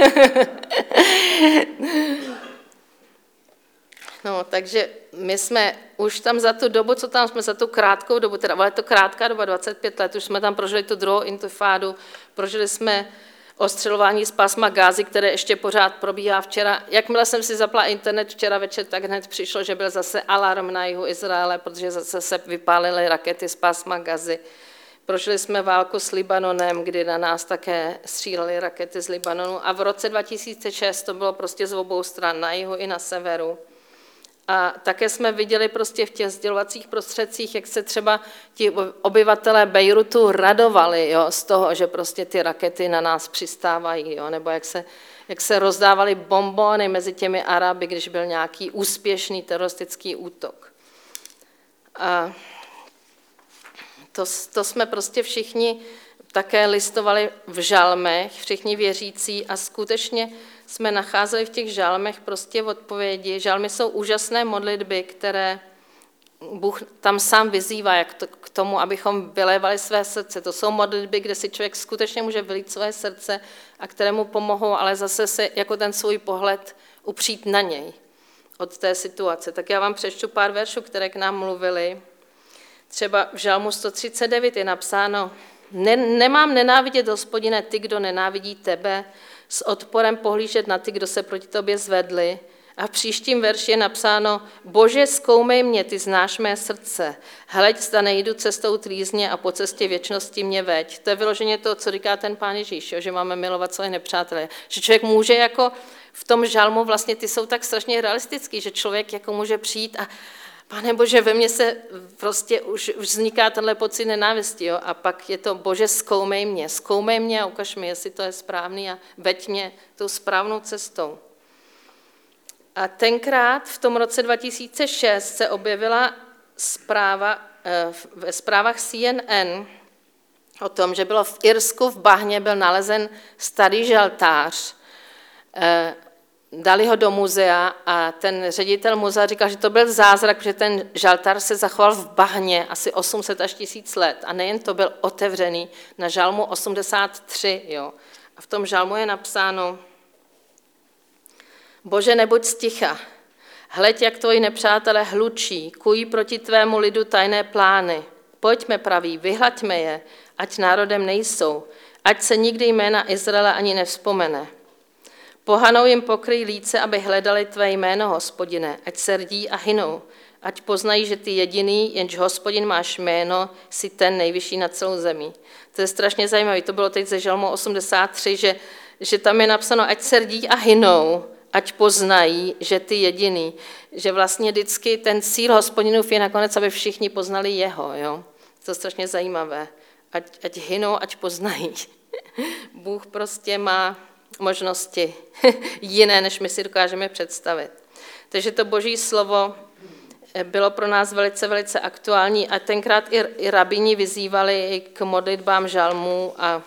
No, takže my jsme už tam za tu dobu, co tam jsme za tu krátkou dobu, teda ale to krátká doba, dvacet pět let, už jsme tam prožili tu druhou intifádu, prožili jsme ostřelování z pásma Gázy, které ještě pořád probíhá včera. Jakmile jsem si zapla internet včera večer, tak hned přišlo, že byl zase alarm na jihu Izraele, protože zase se vypálily rakety z pásma Gazy. Prožili jsme válku s Libanonem, kdy na nás také střílely rakety z Libanonu a v roce dva tisíce šest to bylo prostě z obou stran, na jihu i na severu. A také jsme viděli prostě v těch sdělovacích prostředcích, jak se třeba ti obyvatelé Bejrutu radovali, jo, z toho, že prostě ty rakety na nás přistávají, jo, nebo jak se, jak se rozdávaly bombony mezi těmi Araby, když byl nějaký úspěšný teroristický útok. A to, to jsme prostě všichni také listovali v žalmech, všichni věřící, a skutečně jsme nacházeli v těch žalmech prostě odpovědi. Žalmy jsou úžasné modlitby, které Bůh tam sám vyzývá jak to, k tomu, abychom vylévali své srdce. To jsou modlitby, kde si člověk skutečně může vylít své srdce a které mu pomohou, ale zase se jako ten svůj pohled upřít na něj od té situace. Tak já vám přečtu pár veršů, které k nám mluvili. Třeba v žalmu sto třicet devět je napsáno: ne, nemám nenávidět, Hospodine, ty, kdo nenávidí tebe, s odporem pohlížet na ty, kdo se proti tobě zvedli. A v příštím verši je napsáno: Bože, zkoumej mě, ty znáš mé srdce. Hleď, zda nejdu cestou trýzně a po cestě věčnosti mě veď. To je vyloženě to, co říká ten Pán Ježíš, že máme milovat své nepřátele. Že člověk může jako v tom žalmu, vlastně ty jsou tak strašně realistický, že člověk jako může přijít a Pane Bože, ve mně se prostě už, už vzniká tenhle pocit nenávisti, jo? A pak je to: Bože, zkoumej mě, zkoumej mě a ukaž mi, jestli to je správný a veď mě tou správnou cestou. A tenkrát v tom roce dva tisíce šest se objevila zpráva ve zprávách C N N o tom, že bylo v Irsku v bahně byl nalezen starý žaltář. Dali ho do muzea a ten ředitel muzea říkal, že to byl zázrak, že ten žaltář se zachoval v bahně asi osm set až tisíc let. A nejen to, byl otevřený na žalmu osmdesát tři. Jo. A v tom žalmu je napsáno: Bože, nebuď sticha, hleď, jak tvoji nepřátelé hlučí, kují proti tvému lidu tajné plány. Pojďme, praví, vyhlaďme je, ať národem nejsou, ať se nikdy jména Izraele ani nevzpomene. Pohanou jim pokryj líce, aby hledali tvé jméno, Hospodine, ať se rdí a hynou, ať poznají, že ty jediný, jenž Hospodin máš jméno, jsi ten nejvyšší nad celou zemí. To je strašně zajímavé, to bylo teď ze žalmu osmdesát tři, že, že tam je napsáno, ať se rdí a hynou, ať poznají, že ty jediný, že vlastně vždycky ten cíl Hospodinův je nakonec, aby všichni poznali jeho. Jo? To je strašně zajímavé. Ať, ať hynou, ať poznají. Bůh prostě má možnosti jiné, než my si dokážeme představit. Takže to Boží slovo bylo pro nás velice, velice aktuální a tenkrát i, i rabíni vyzývali k modlitbám žalmů a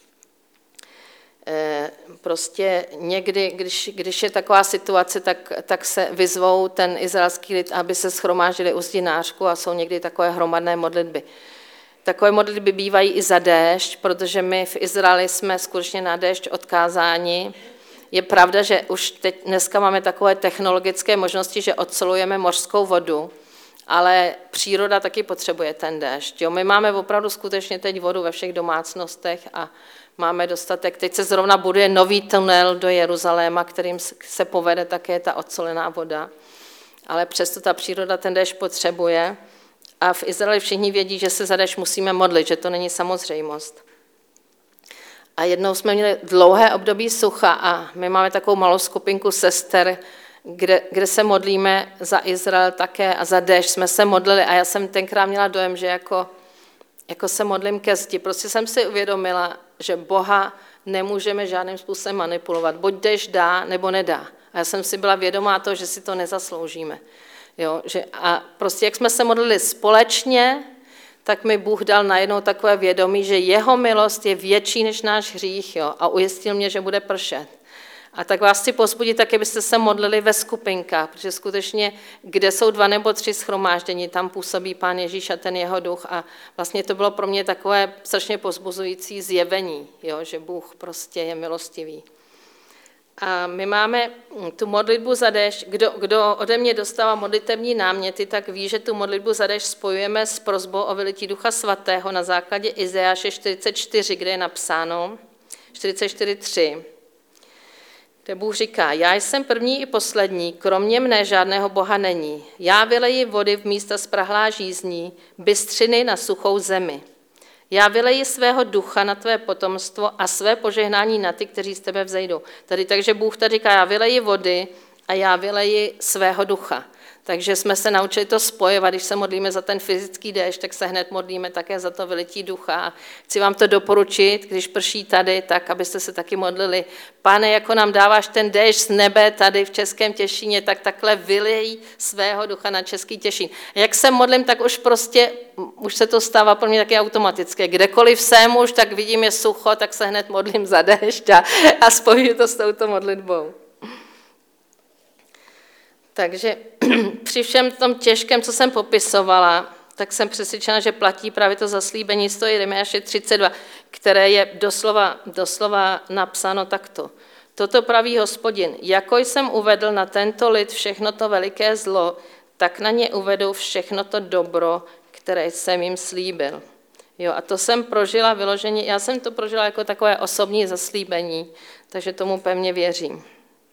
e, prostě někdy, když, když je taková situace, tak, tak se vyzvou ten izraelský lid, aby se shromáždili u zdinářku a jsou někdy takové hromadné modlitby. Takové modlitby bývají i za déšť, protože my v Izraeli jsme skutečně na déšť odkázáni. Je pravda, že už teď dneska máme takové technologické možnosti, že odsolujeme mořskou vodu, ale příroda taky potřebuje ten déšť. Jo, my máme opravdu skutečně teď vodu ve všech domácnostech a máme dostatek. Teď se zrovna buduje nový tunel do Jeruzaléma, kterým se povede také ta odsolená voda. Ale přesto ta příroda ten déšť potřebuje. A v Izraeli všichni vědí, že se za déšť musíme modlit, že to není samozřejmost. A jednou jsme měli dlouhé období sucha a my máme takovou malou skupinku sester, kde, kde se modlíme za Izrael také a za déšť jsme se modlili a já jsem tenkrát měla dojem, že jako, jako se modlím ke zdi. Prostě jsem si uvědomila, že Boha nemůžeme žádným způsobem manipulovat. Buď déšť dá, nebo nedá. A já jsem si byla vědomá toho, že si to nezasloužíme. Jo, že a prostě jak jsme se modlili společně, tak mi Bůh dal najednou takové vědomí, že jeho milost je větší než náš hřích, jo, a ujistil mě, že bude pršet. A tak vás chci povzbudit, tak abyste se modlili ve skupinkách, protože skutečně, kde jsou dva nebo tři shromáždění, tam působí Pán Ježíš a ten jeho duch a vlastně to bylo pro mě takové strašně povzbuzující zjevení, jo, že Bůh prostě je milostivý. A my máme tu modlitbu za déšť. Kdo, kdo ode mě dostává modlitební náměty, tak ví, že tu modlitbu za déšť spojujeme s prosbou o vylití Ducha Svatého na základě Izajáše čtyřicet čtyři, kde je napsáno čtyřicet čtyři tři, kde Bůh říká: Já jsem první i poslední, kromě mne žádného Boha není. Já vyleji vody v místa sprahlá žízní, bystřiny na suchou zemi. Já vyleji svého ducha na tvé potomstvo a své požehnání na ty, kteří z tebe vzejdou. Tady, takže Bůh tady říká, já vyleji vody a já vyleji svého ducha. Takže jsme se naučili to spojovat, když se modlíme za ten fyzický déšť, tak se hned modlíme také za to vylití ducha. Chci vám to doporučit, když prší tady, tak abyste se taky modlili. Pane, jako nám dáváš ten déšť z nebe tady v Českém Těšíně, tak takhle vylej svého ducha na Český Těšín. Jak se modlím, tak už prostě, už se to stává pro mě taky automatické. Kdekoliv jsem už, tak vidím je sucho, tak se hned modlím za déšť a, a spojuji to s touto modlitbou. Takže při všem tom těžkém, co jsem popisovala, tak jsem přesvědčena, že platí právě to zaslíbení z toho Jeremiáše třicet dva, které je doslova, doslova napsáno takto. Toto praví Hospodin, jako jsem uvedl na tento lid všechno to veliké zlo, tak na ně uvedu všechno to dobro, které jsem jim slíbil. Jo, a to jsem prožila vyloženě, já jsem to prožila jako takové osobní zaslíbení, takže tomu pevně věřím.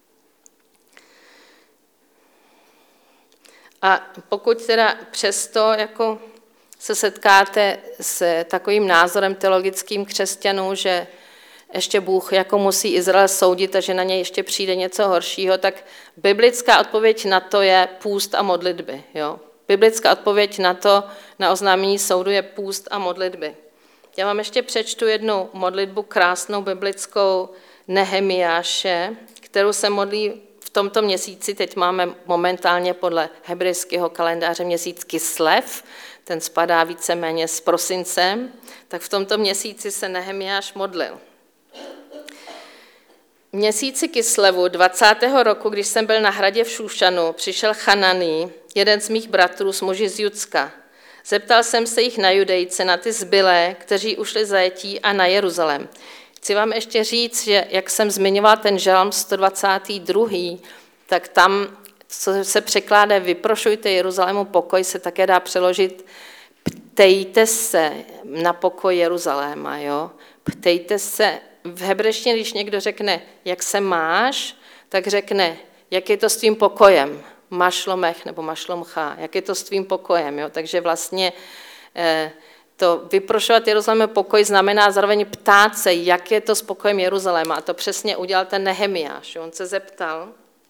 A pokud teda přesto jako se setkáte s takovým názorem teologickým křesťanů, že ještě Bůh jako musí Izrael soudit a že na něj ještě přijde něco horšího, tak biblická odpověď na to je půst a modlitby. Jo? Biblická odpověď na to, na oznámení soudu je půst a modlitby. Já vám ještě přečtu jednu modlitbu krásnou biblickou Nehemiáše, kterou se modlí v tomto měsíci. Teď máme momentálně podle hebrejského kalendáře měsíc Kislev, ten spadá víceméně s prosincem, tak v tomto měsíci se Nehemiáš modlil. V měsíci Kislevu dvacátého roku, když jsem byl na hradě v Šúšanu, přišel Chananý, jeden z mých bratrů s muži z Judska. Zeptal jsem se jich na Judejce, na ty zbylé, kteří ušli zajetí, a na Jeruzalém. Chci vám ještě říct, že jak jsem zmiňoval ten žalm sto dvacátý druhý, tak tam, co se překládá vyprošujte Jeruzalému pokoj, se také dá přeložit ptejte se na pokoj Jeruzaléma. Jo? Ptejte se, v hebrejštině, když někdo řekne, jak se máš, tak řekne, jak je to s tvým pokojem, mašlomech nebo mašlomcha, jak je to s tvým pokojem. Jo? Takže vlastně eh, to vyprošovat Jeruzalému pokoj znamená zároveň ptát se, jak je to s pokojem Jeruzaléma. A to přesně udělal ten Nehemiáš. On se zeptal,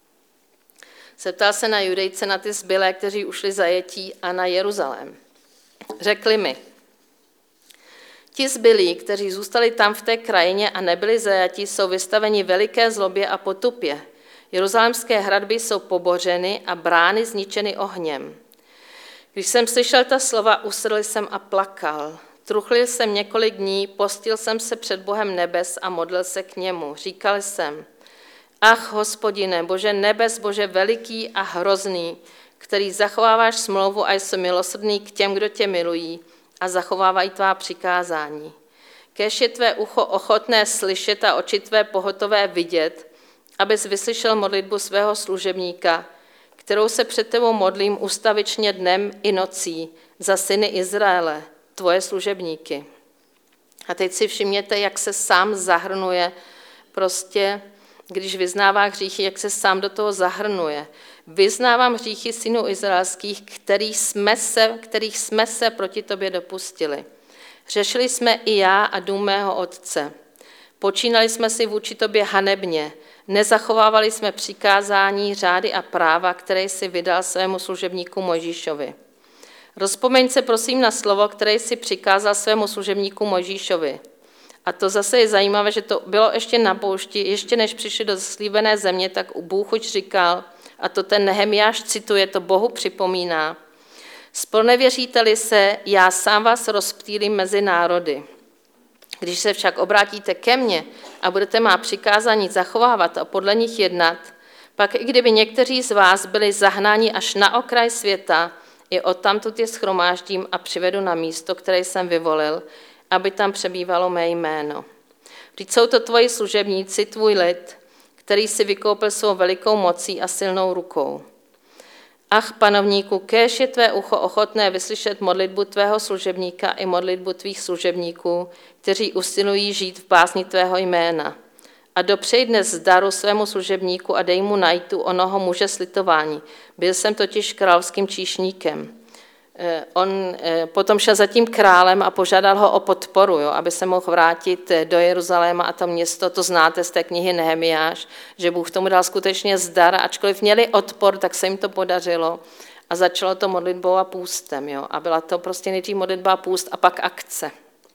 zeptal se na Judejce, na ty zbylé, kteří ušli zajetí, a na Jeruzalém. Řekli mi, ti zbylí, kteří zůstali tam v té krajině a nebyli zajatí, jsou vystaveni veliké zlobě a potupě. Jeruzalémské hradby jsou pobořeny a brány zničeny ohněm. Když jsem slyšel ta slova, usedl jsem a plakal. Truchlil jsem několik dní, postil jsem se před Bohem nebes a modlil se k němu. Říkal jsem, ach, Hospodine, Bože nebes, Bože veliký a hrozný, který zachováváš smlouvu a jsi milosrdný k těm, kdo tě milují a zachovávají tvá přikázání. Kéž je tvé ucho ochotné slyšet a oči tvé pohotové vidět, abys vyslyšel modlitbu svého služebníka, kterou se před tebou modlím ustavičně dnem i nocí za syny Izraele, tvoje služebníky. A teď si všimněte, jak se sám zahrnuje, prostě, když vyznává hříchy, jak se sám do toho zahrnuje. Vyznávám hříchy synů izraelských, kterých jsme se, kterých jsme se proti tobě dopustili. Řešili jsme i já a dům mého otce. Počínali jsme si vůči tobě hanebně, nezachovávali jsme přikázání, řády a práva, které jsi vydal svému služebníku Mojžíšovi. Rozpomeň se prosím na slovo, které jsi přikázal svému služebníku Mojžíšovi. A to zase je zajímavé, že to bylo ještě na poušti, ještě než přišli do slíbené země, tak Bůh už říkal, a to ten Nehemiáš cituje, to Bohu připomíná, zpronevěříte-li se, já sám vás rozptýlím mezi národy. Když se však obrátíte ke mně a budete má přikázání zachovávat a podle nich jednat, pak i kdyby někteří z vás byli zahnáni až na okraj světa, i odtamtud je shromáždím a přivedu na místo, které jsem vyvolil, aby tam přebývalo mé jméno. Vždyť jsou to tvoji služebníci, tvůj lid, který si vykoupil svou velikou mocí a silnou rukou. Ach, panovníku, kéž je tvé ucho ochotné vyslyšet modlitbu tvého služebníka i modlitbu tvých služebníků, kteří usilují žít v bázni tvého jména. A dopřej dnes daru svému služebníku a dej mu najtu onoho muže slitování. Byl jsem totiž královským číšníkem. on potom šel za tím králem a požádal ho o podporu, jo, aby se mohl vrátit do Jeruzaléma a to město, to znáte z té knihy Nehemiáš, že Bůh tomu dal skutečně zdar, ačkoliv měli odpor, tak se jim to podařilo a začalo to modlitbou a půstem. Jo, a byla to prostě nejdřív modlitba a půst a pak akce.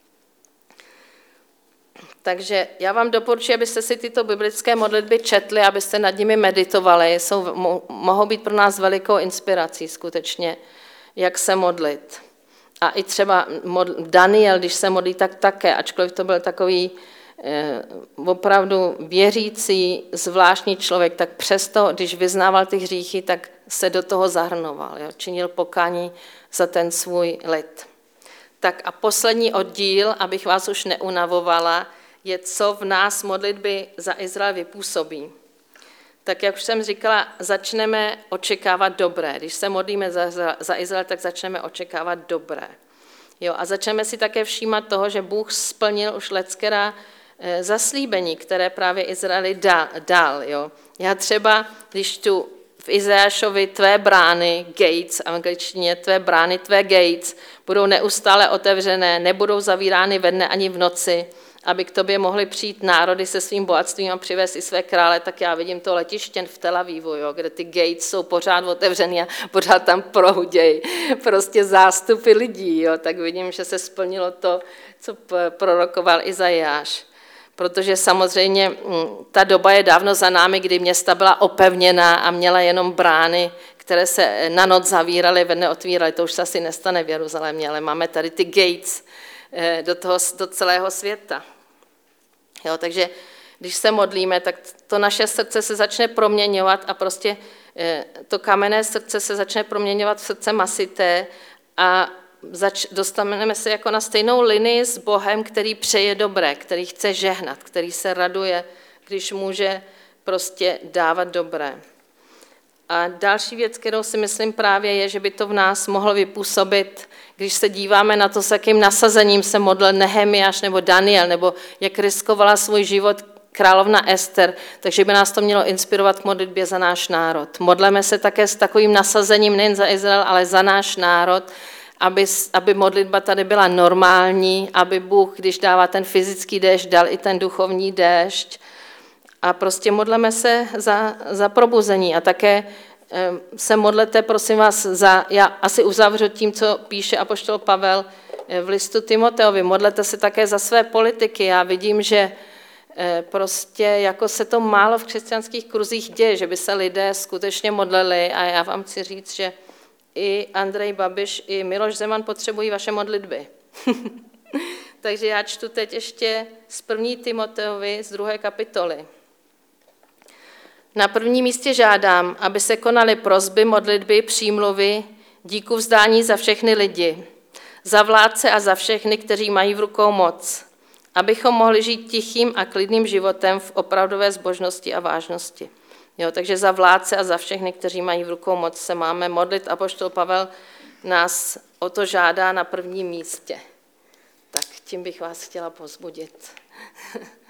Takže já vám doporučuji, abyste si tyto biblické modlitby četli, abyste nad nimi meditovali. Jsou, mohou být pro nás velikou inspirací skutečně, jak se modlit. A i třeba Daniel, když se modlí, tak také, ačkoliv to byl takový eh, opravdu věřící, zvláštní člověk, tak přesto, když vyznával ty hříchy, tak se do toho zahrnoval, jo? Činil pokání za ten svůj lid. Tak a poslední oddíl, abych vás už neunavovala, je, co v nás modlitby za Izrael vypůsobí. Tak jak už jsem říkala, začneme očekávat dobré. Když se modlíme za, za, za Izrael, tak začneme očekávat dobré. Jo, a začneme si také všímat toho, že Bůh splnil už leckera e, zaslíbení, které právě Izraeli dal. dal jo. Já třeba, když tu v Izajášovi tvé brány, gates, angličtině tvé brány, tvé gates, budou neustále otevřené, nebudou zavírány ve dne ani v noci, aby k tobě mohly přijít národy se svým bohatstvím a přivést i své krále, tak já vidím to letiště v Tel Avivu, jo, kde ty gates jsou pořád otevřený a pořád tam proudějí prostě zástupy lidí. Jo, tak vidím, že se splnilo to, co prorokoval Izajáš. Protože samozřejmě ta doba je dávno za námi, kdy města byla opevněná a měla jenom brány, které se na noc zavíraly, ve dne otvíraly. To už se asi nestane v Jeruzalémě, ale máme tady ty gates do, toho, do celého světa. Jo, takže když se modlíme, tak to naše srdce se začne proměňovat a prostě to kamenné srdce se začne proměňovat v srdce masité a zač- dostaneme se jako na stejnou linii s Bohem, který přeje dobré, který chce žehnat, který se raduje, když může prostě dávat dobré. A další věc, kterou si myslím právě je, že by to v nás mohlo vypůsobit, když se díváme na to, s jakým nasazením se modlil Nehemiáš nebo Daniel, nebo jak riskovala svůj život královna Ester, takže by nás to mělo inspirovat k modlitbě za náš národ. Modleme se také s takovým nasazením nejen za Izrael, ale za náš národ, aby, aby modlitba tady byla normální, aby Bůh, když dává ten fyzický déšť, dal i ten duchovní déšť. A prostě modleme se za, za probuzení a také se modlete, prosím vás, za, já asi uzavřu tím, co píše apoštol Pavel v listu Timoteovi, modlete se také za své politiky. Já vidím, že prostě jako se to málo v křesťanských kruzích děje, že by se lidé skutečně modlili a já vám chci říct, že i Andrej Babiš, i Miloš Zeman potřebují vaše modlitby. Takže já čtu teď ještě z první Timoteovi z druhé kapitoly. Na prvním místě žádám, aby se konaly prosby, modlitby, přímluvy, díku vzdání za všechny lidi, za vládce a za všechny, kteří mají v rukou moc, abychom mohli žít tichým a klidným životem v opravdové zbožnosti a vážnosti. Jo, takže za vládce a za všechny, kteří mají v rukou moc, se máme modlit. Apoštol Pavel nás o to žádá na prvním místě. Tak tím bych vás chtěla povzbudit.